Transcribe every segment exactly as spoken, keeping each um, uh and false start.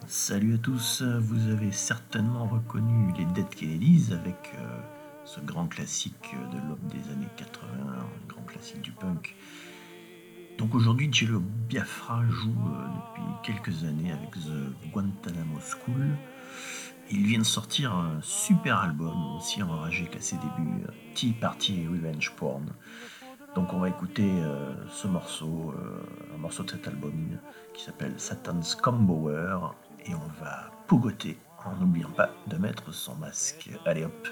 Salut à tous, vous avez certainement reconnu les Dead Kennedys avec euh, ce grand classique de l'aube des années quatre-vingts, un grand classique du punk. Donc aujourd'hui, Jello Biafra joue euh, depuis quelques années avec The Guantanamo School. Il vient de sortir un super album, aussi enragé qu'à ses débuts, euh, Tea Party Revenge Porn. Donc on va écouter euh, ce morceau, euh, un morceau de cet album qui s'appelle Satan's Combower, et on va pogoter en n'oubliant pas de mettre son masque. Allez hop.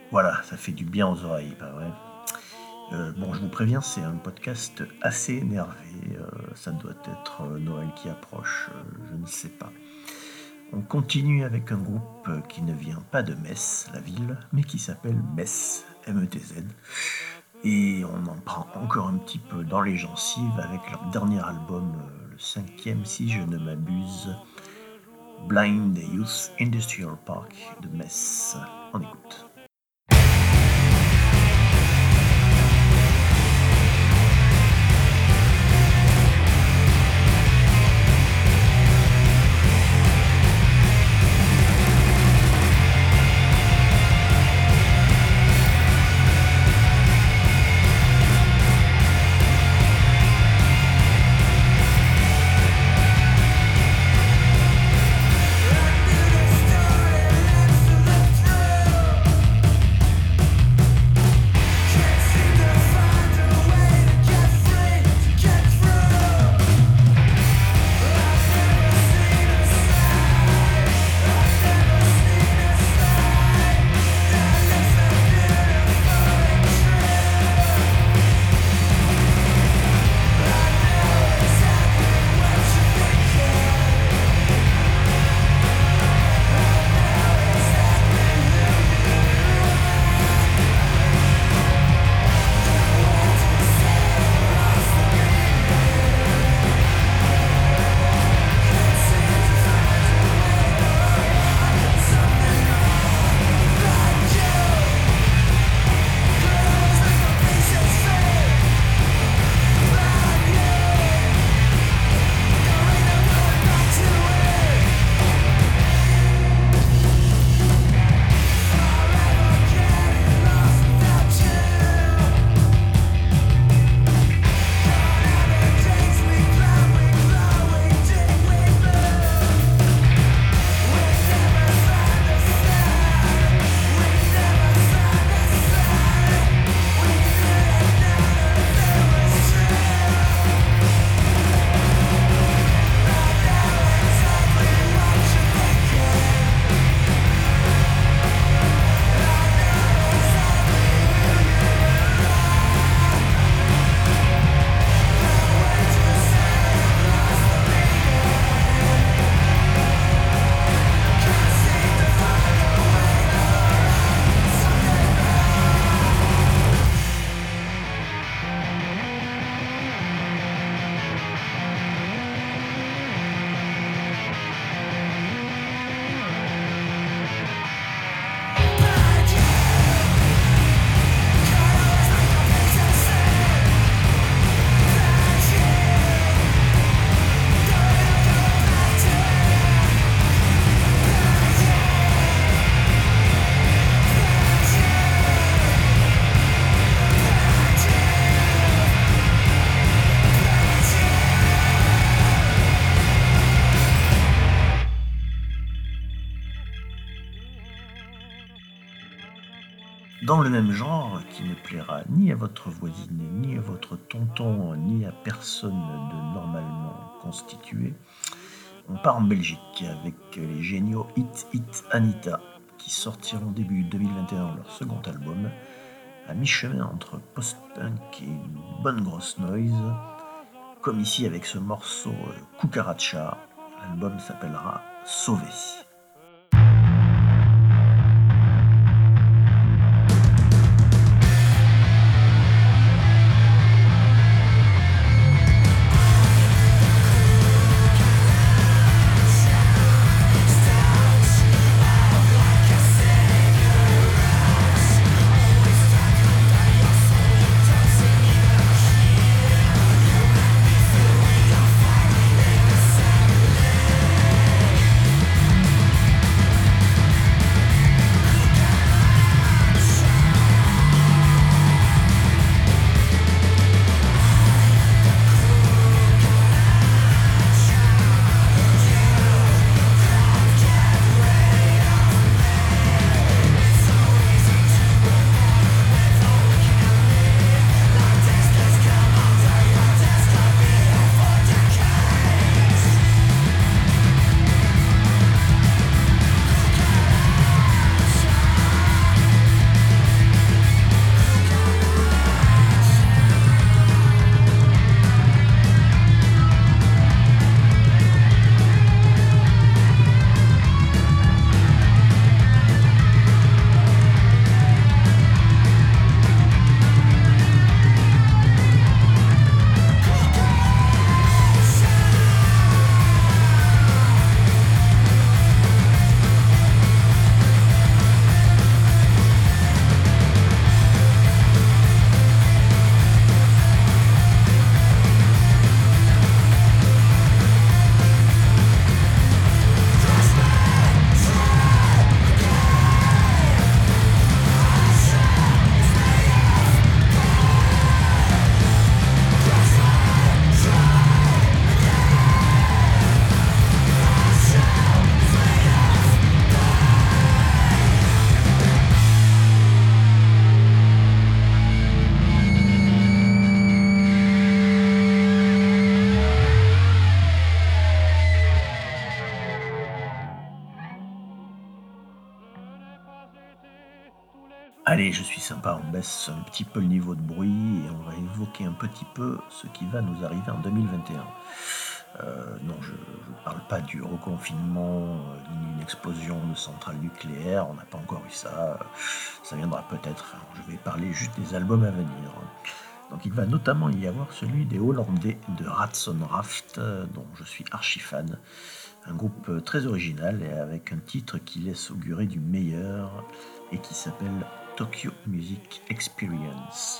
Voilà, ça fait du bien aux oreilles, pas vrai. Euh, bon, je vous préviens, c'est un podcast assez énervé. Euh, ça doit être euh, Noël qui approche, euh, je ne sais pas. On continue avec un groupe qui ne vient pas de Metz, la ville, mais qui s'appelle Metz, M E T Z. Et on en prend encore un petit peu dans les gencives avec leur dernier album, euh, le cinquième si je ne m'abuse, Blind Youth Industrial Park de Metz. On écoute. Dans le même genre, qui ne plaira ni à votre voisine, ni à votre tonton, ni à personne de normalement constitué, on part en Belgique avec les géniaux Hit Hit Anita, qui sortiront début deux mille vingt et un leur second album, à mi-chemin entre post-punk et une bonne grosse noise, comme ici avec ce morceau Cucaracha. L'album s'appellera Sauvé. Allez, je suis sympa, on baisse un petit peu le niveau de bruit et on va évoquer un petit peu ce qui va nous arriver en deux mille vingt et un. Euh, non, je ne parle pas du reconfinement, euh, ni d'une explosion de centrales nucléaires, on n'a pas encore eu ça, ça viendra peut-être. Alors, je vais parler juste des albums à venir. Donc il va notamment y avoir celui des Hollandais de Ratson Raft, euh, dont je suis archi fan. Un groupe euh, très original et avec un titre qui laisse augurer du meilleur et qui s'appelle Tokyo Music Experience.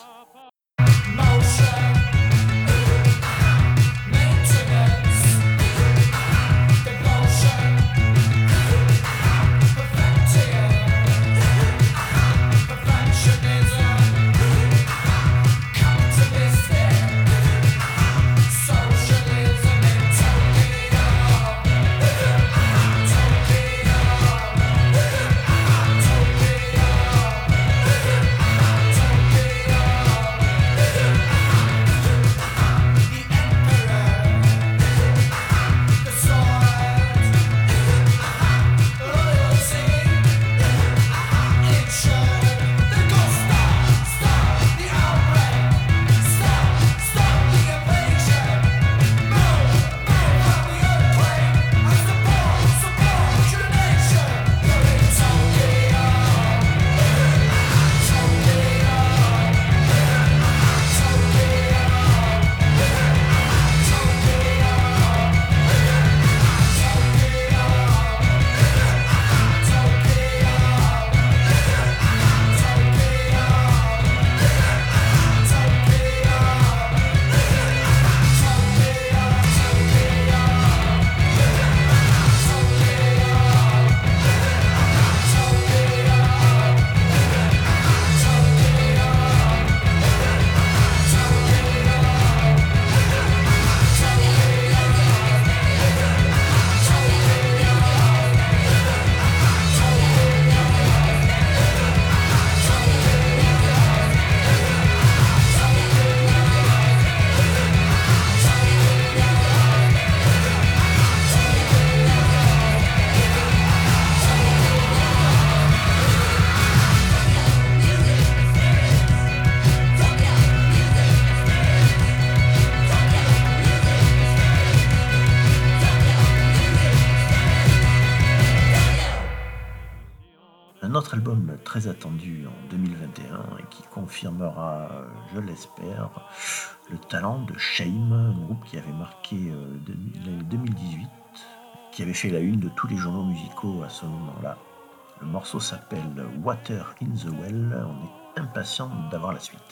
Un autre album très attendu en deux mille vingt et un et qui confirmera, je l'espère, le talent de Shame, un groupe qui avait marqué l'année deux mille dix-huit, qui avait fait la une de tous les journaux musicaux à ce moment-là. Le morceau s'appelle Water in the Well, on est impatient d'avoir la suite.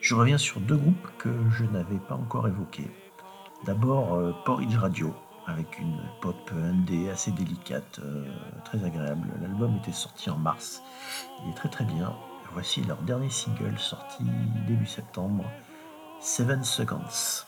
Je reviens sur deux groupes que je n'avais pas encore évoqués. D'abord euh, Porridge Radio, avec une pop indé assez délicate, euh, très agréable. L'album était sorti en mars, il est très très bien. Voici leur dernier single sorti début septembre, Seven Seconds.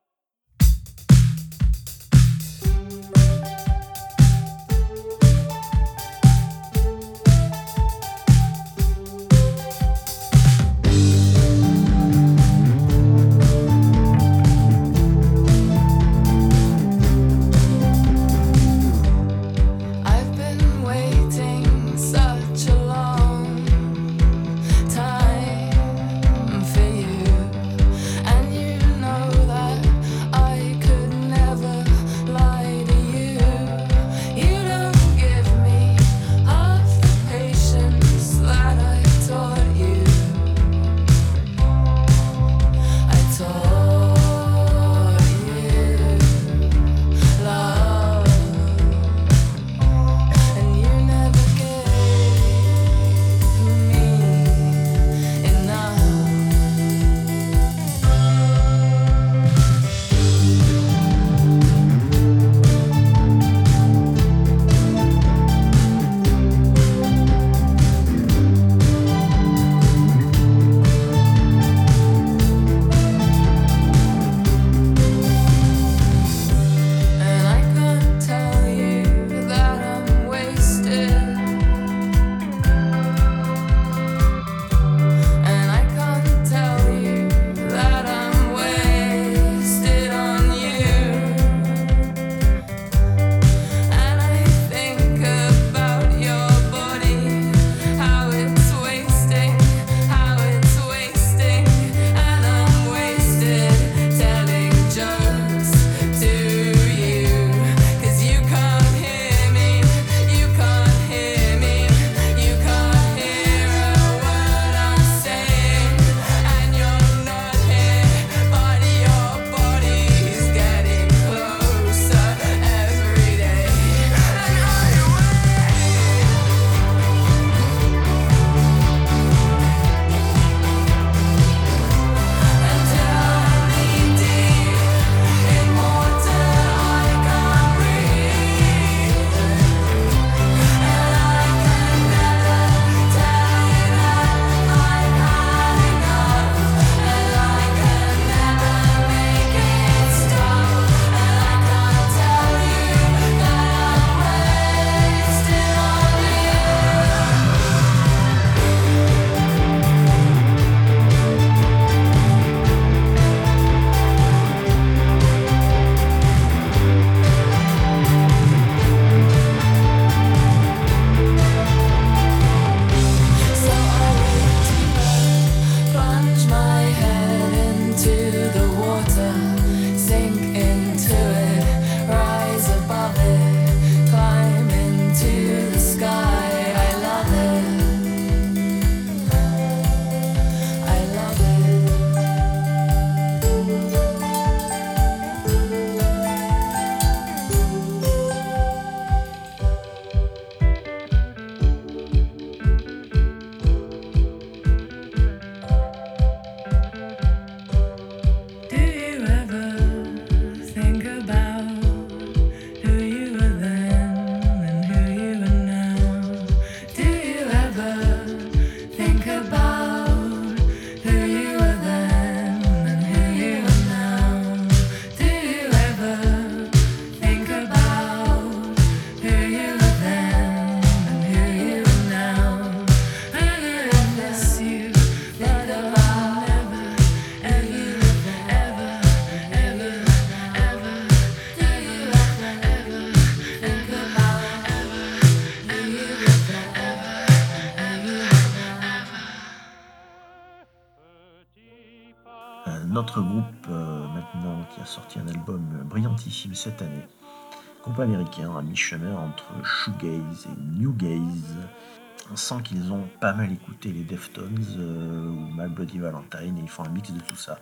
Un autre groupe euh, maintenant qui a sorti un album brillantissime cette année, groupe américain à mi-chemin entre shoegaze et new gaze. On sent qu'ils ont pas mal écouté les Deftones euh, ou My Bloody Valentine et ils font un mix de tout ça.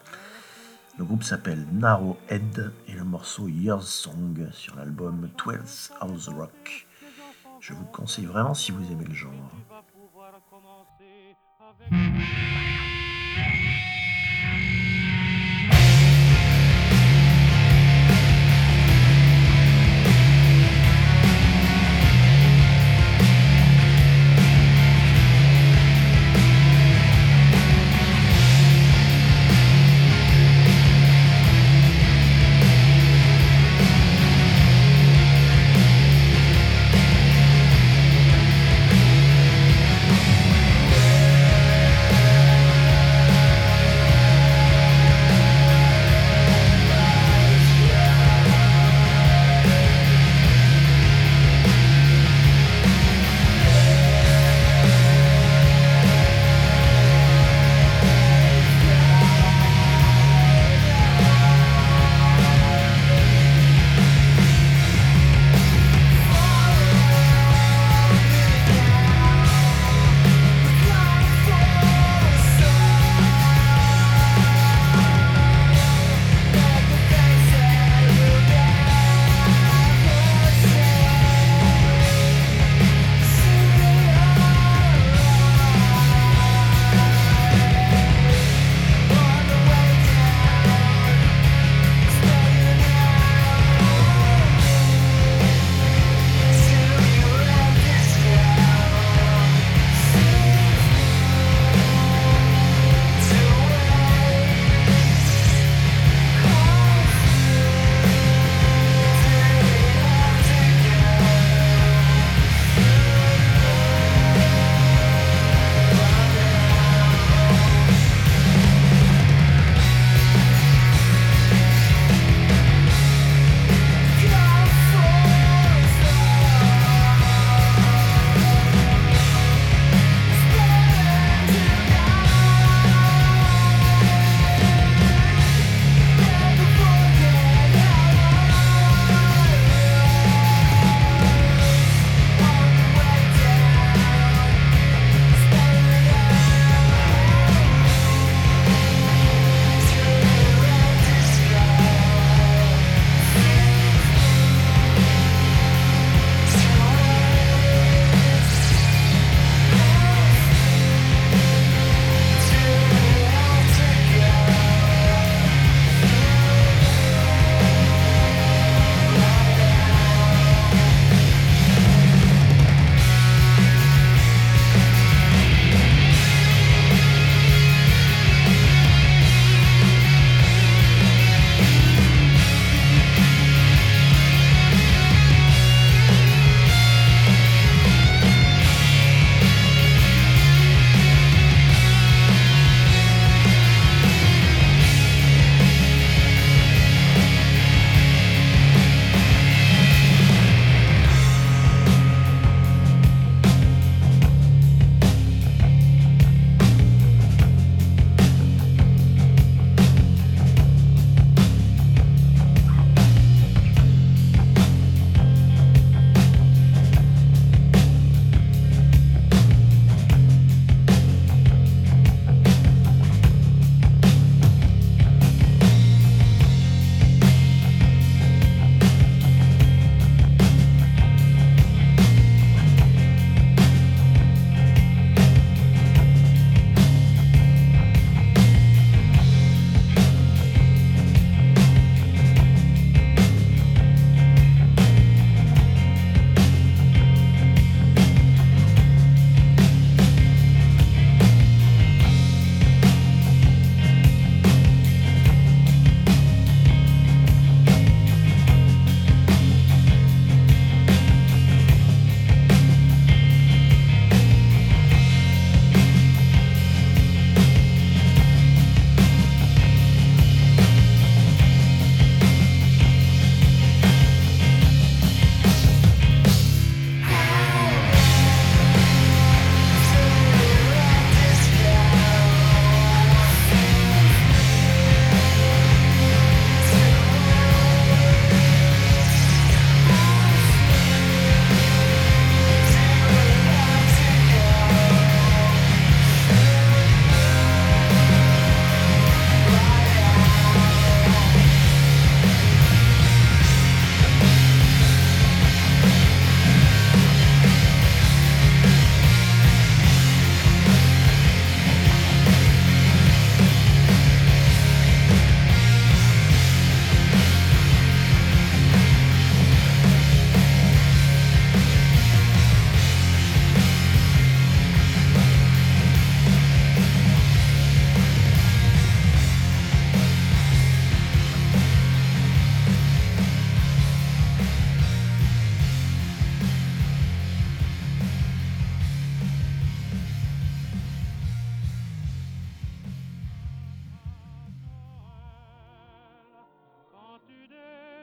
Le groupe s'appelle Narrowhead et le morceau Years Song sur l'album twelve House Rock. Je vous le conseille vraiment si vous aimez le genre.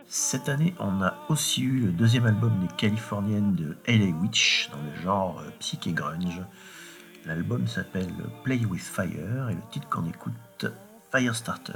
Cette année, on a aussi eu le deuxième album des Californiennes de L A Witch dans le genre psyché grunge. L'album s'appelle Play with Fire et le titre qu'on écoute, Firestarter.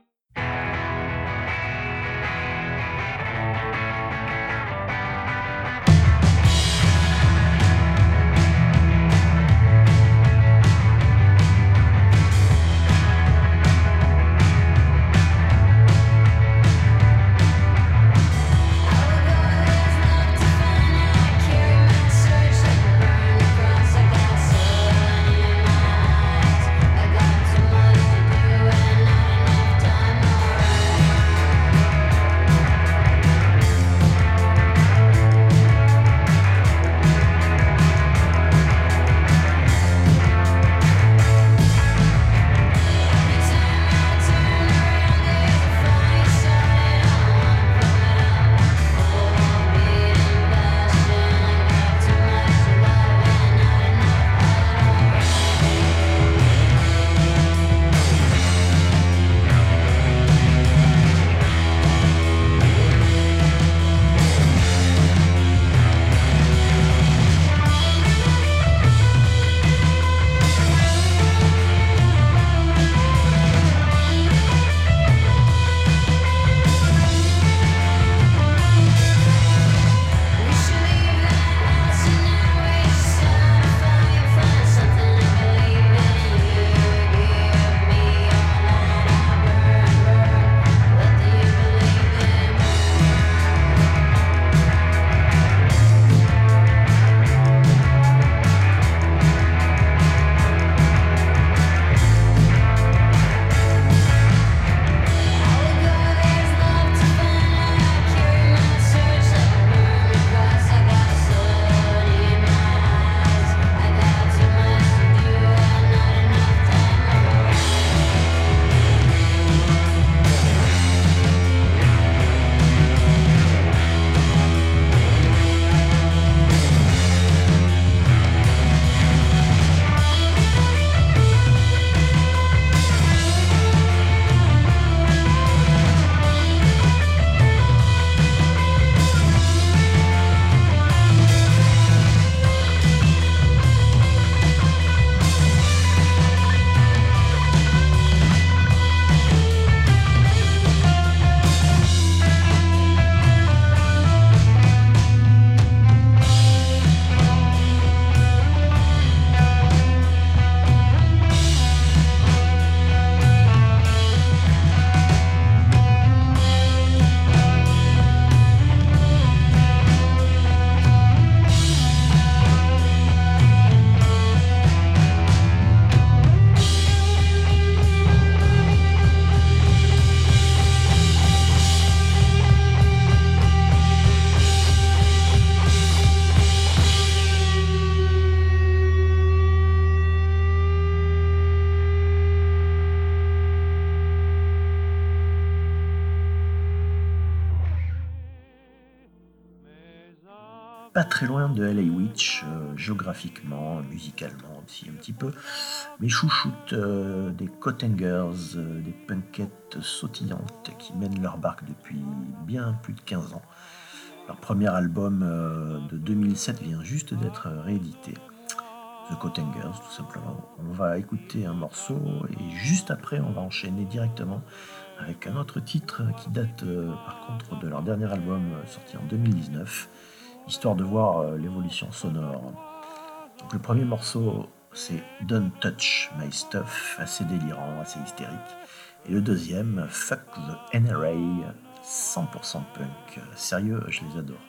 Pas très loin de L A Witch, euh, géographiquement, musicalement aussi un petit peu. Mes chouchoutes, euh, des Cottengers, euh, des punkettes sautillantes qui mènent leur barque depuis bien plus de quinze ans. Leur premier album euh, de deux mille sept vient juste d'être réédité. The Cottengers, tout simplement. On va écouter un morceau et juste après, on va enchaîner directement avec un autre titre qui date euh, par contre de leur dernier album euh, sorti en deux mille dix-neuf, histoire de voir euh, l'évolution sonore. Donc, le premier morceau, c'est Don't Touch My Stuff, assez délirant, assez hystérique. Et le deuxième, Fuck the N R A, cent pour cent punk. Sérieux, je les adore.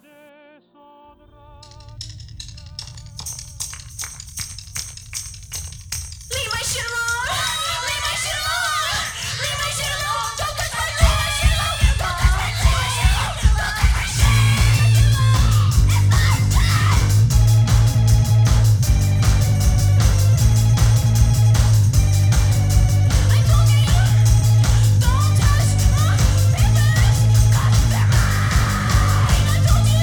Don't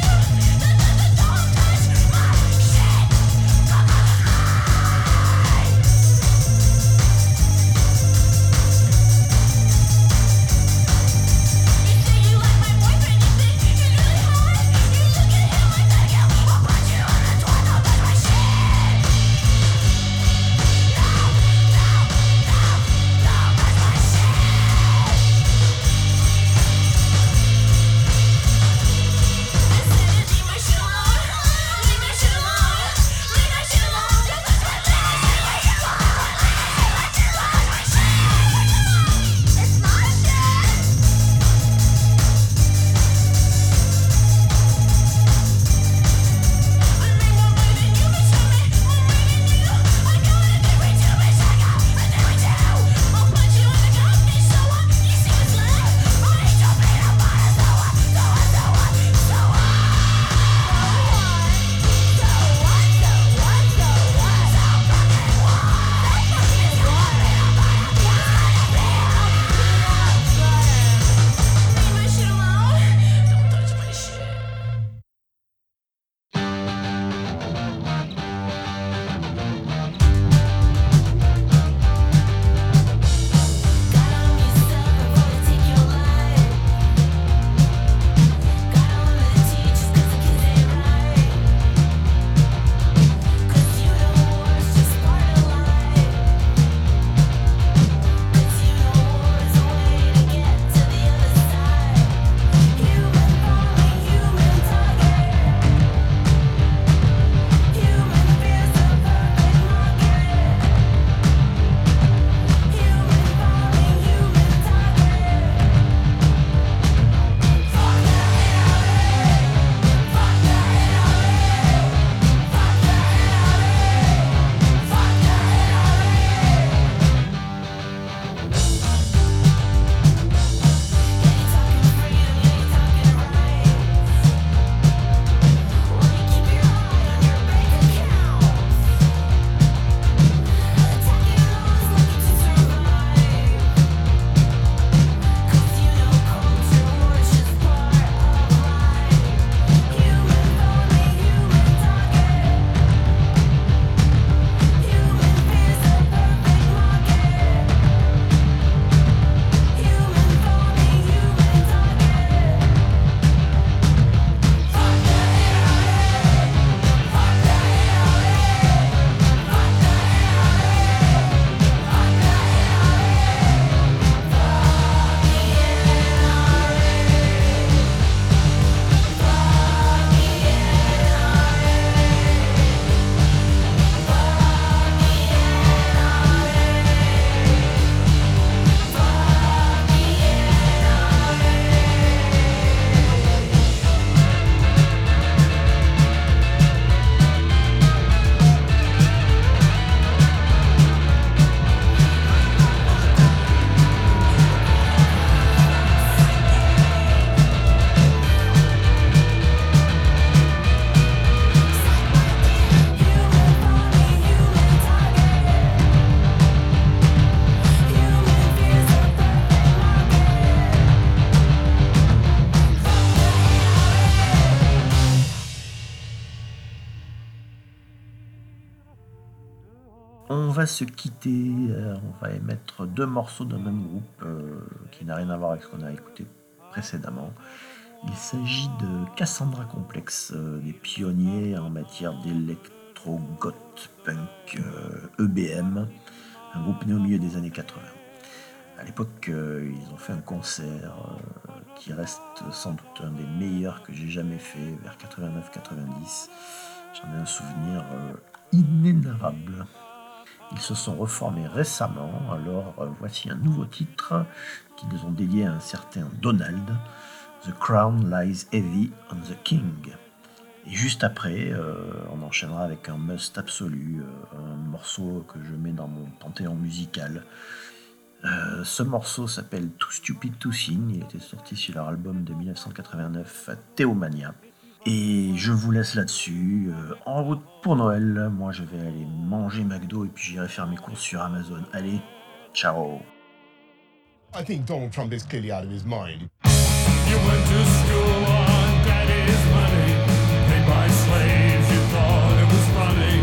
va se quitter, euh, on va émettre deux morceaux d'un même groupe euh, qui n'a rien à voir avec ce qu'on a écouté précédemment. Il s'agit de Cassandra Complex, euh, des pionniers en matière d'électro, goth, punk, euh, E B M, un groupe né au milieu des années quatre-vingts. À l'époque, euh, ils ont fait un concert euh, qui reste sans doute un des meilleurs que j'ai jamais fait, vers quatre-vingt-neuf quatre-vingt-dix. J'en ai un souvenir euh, inénarrable. Ils se sont reformés récemment, alors euh, voici un nouveau titre qu'ils ont dédié à un certain Donald, The Crown Lies Heavy on the King. Et juste après, euh, on enchaînera avec un must absolu, euh, un morceau que je mets dans mon panthéon musical. Euh, ce morceau s'appelle Too Stupid to Sing, il était sorti sur leur album de dix-neuf cent quatre-vingt-neuf, Theomania. Et je vous laisse là-dessus, euh, en route pour Noël. Moi je vais aller manger McDo et puis j'irai faire mes courses sur Amazon. Allez, ciao. I think Donald Trump is clearly out of his mind. You went to school on daddy's money, paid by slaves, you thought it was funny.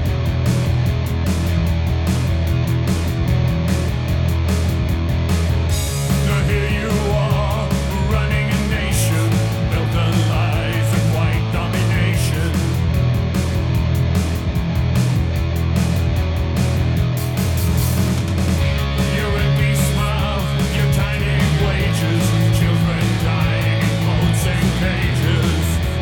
Now here you are, running a nation, built on lies and white domination. Your empty smile, your tiny wages, children dying in boats and cages.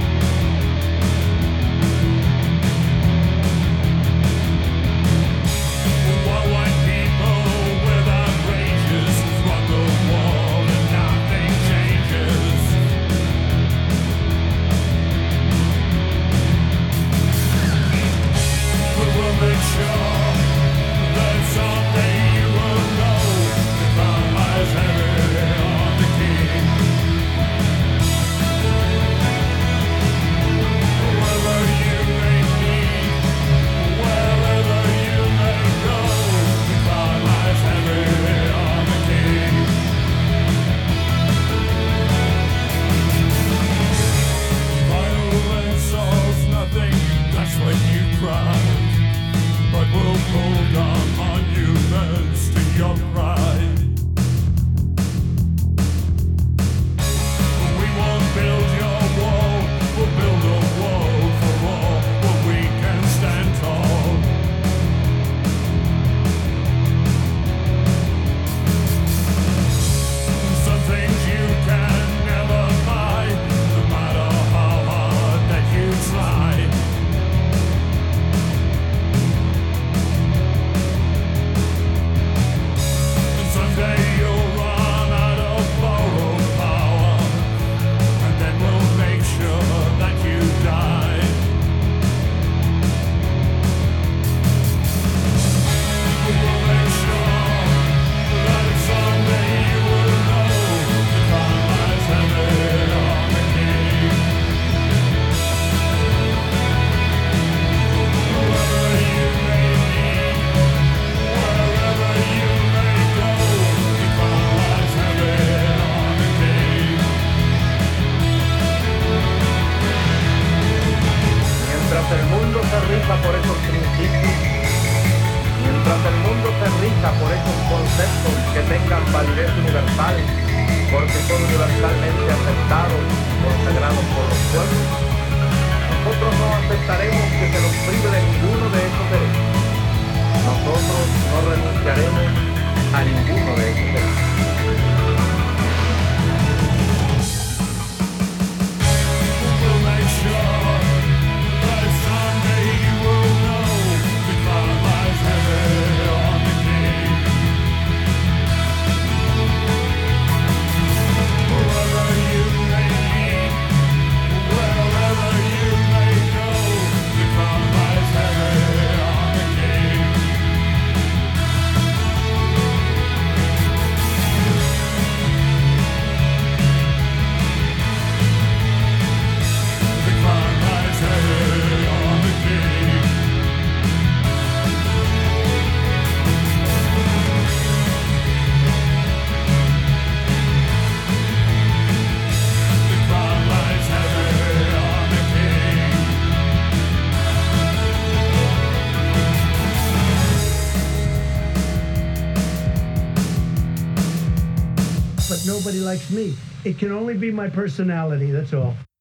everybody likes me. It can only be my personality, that's all.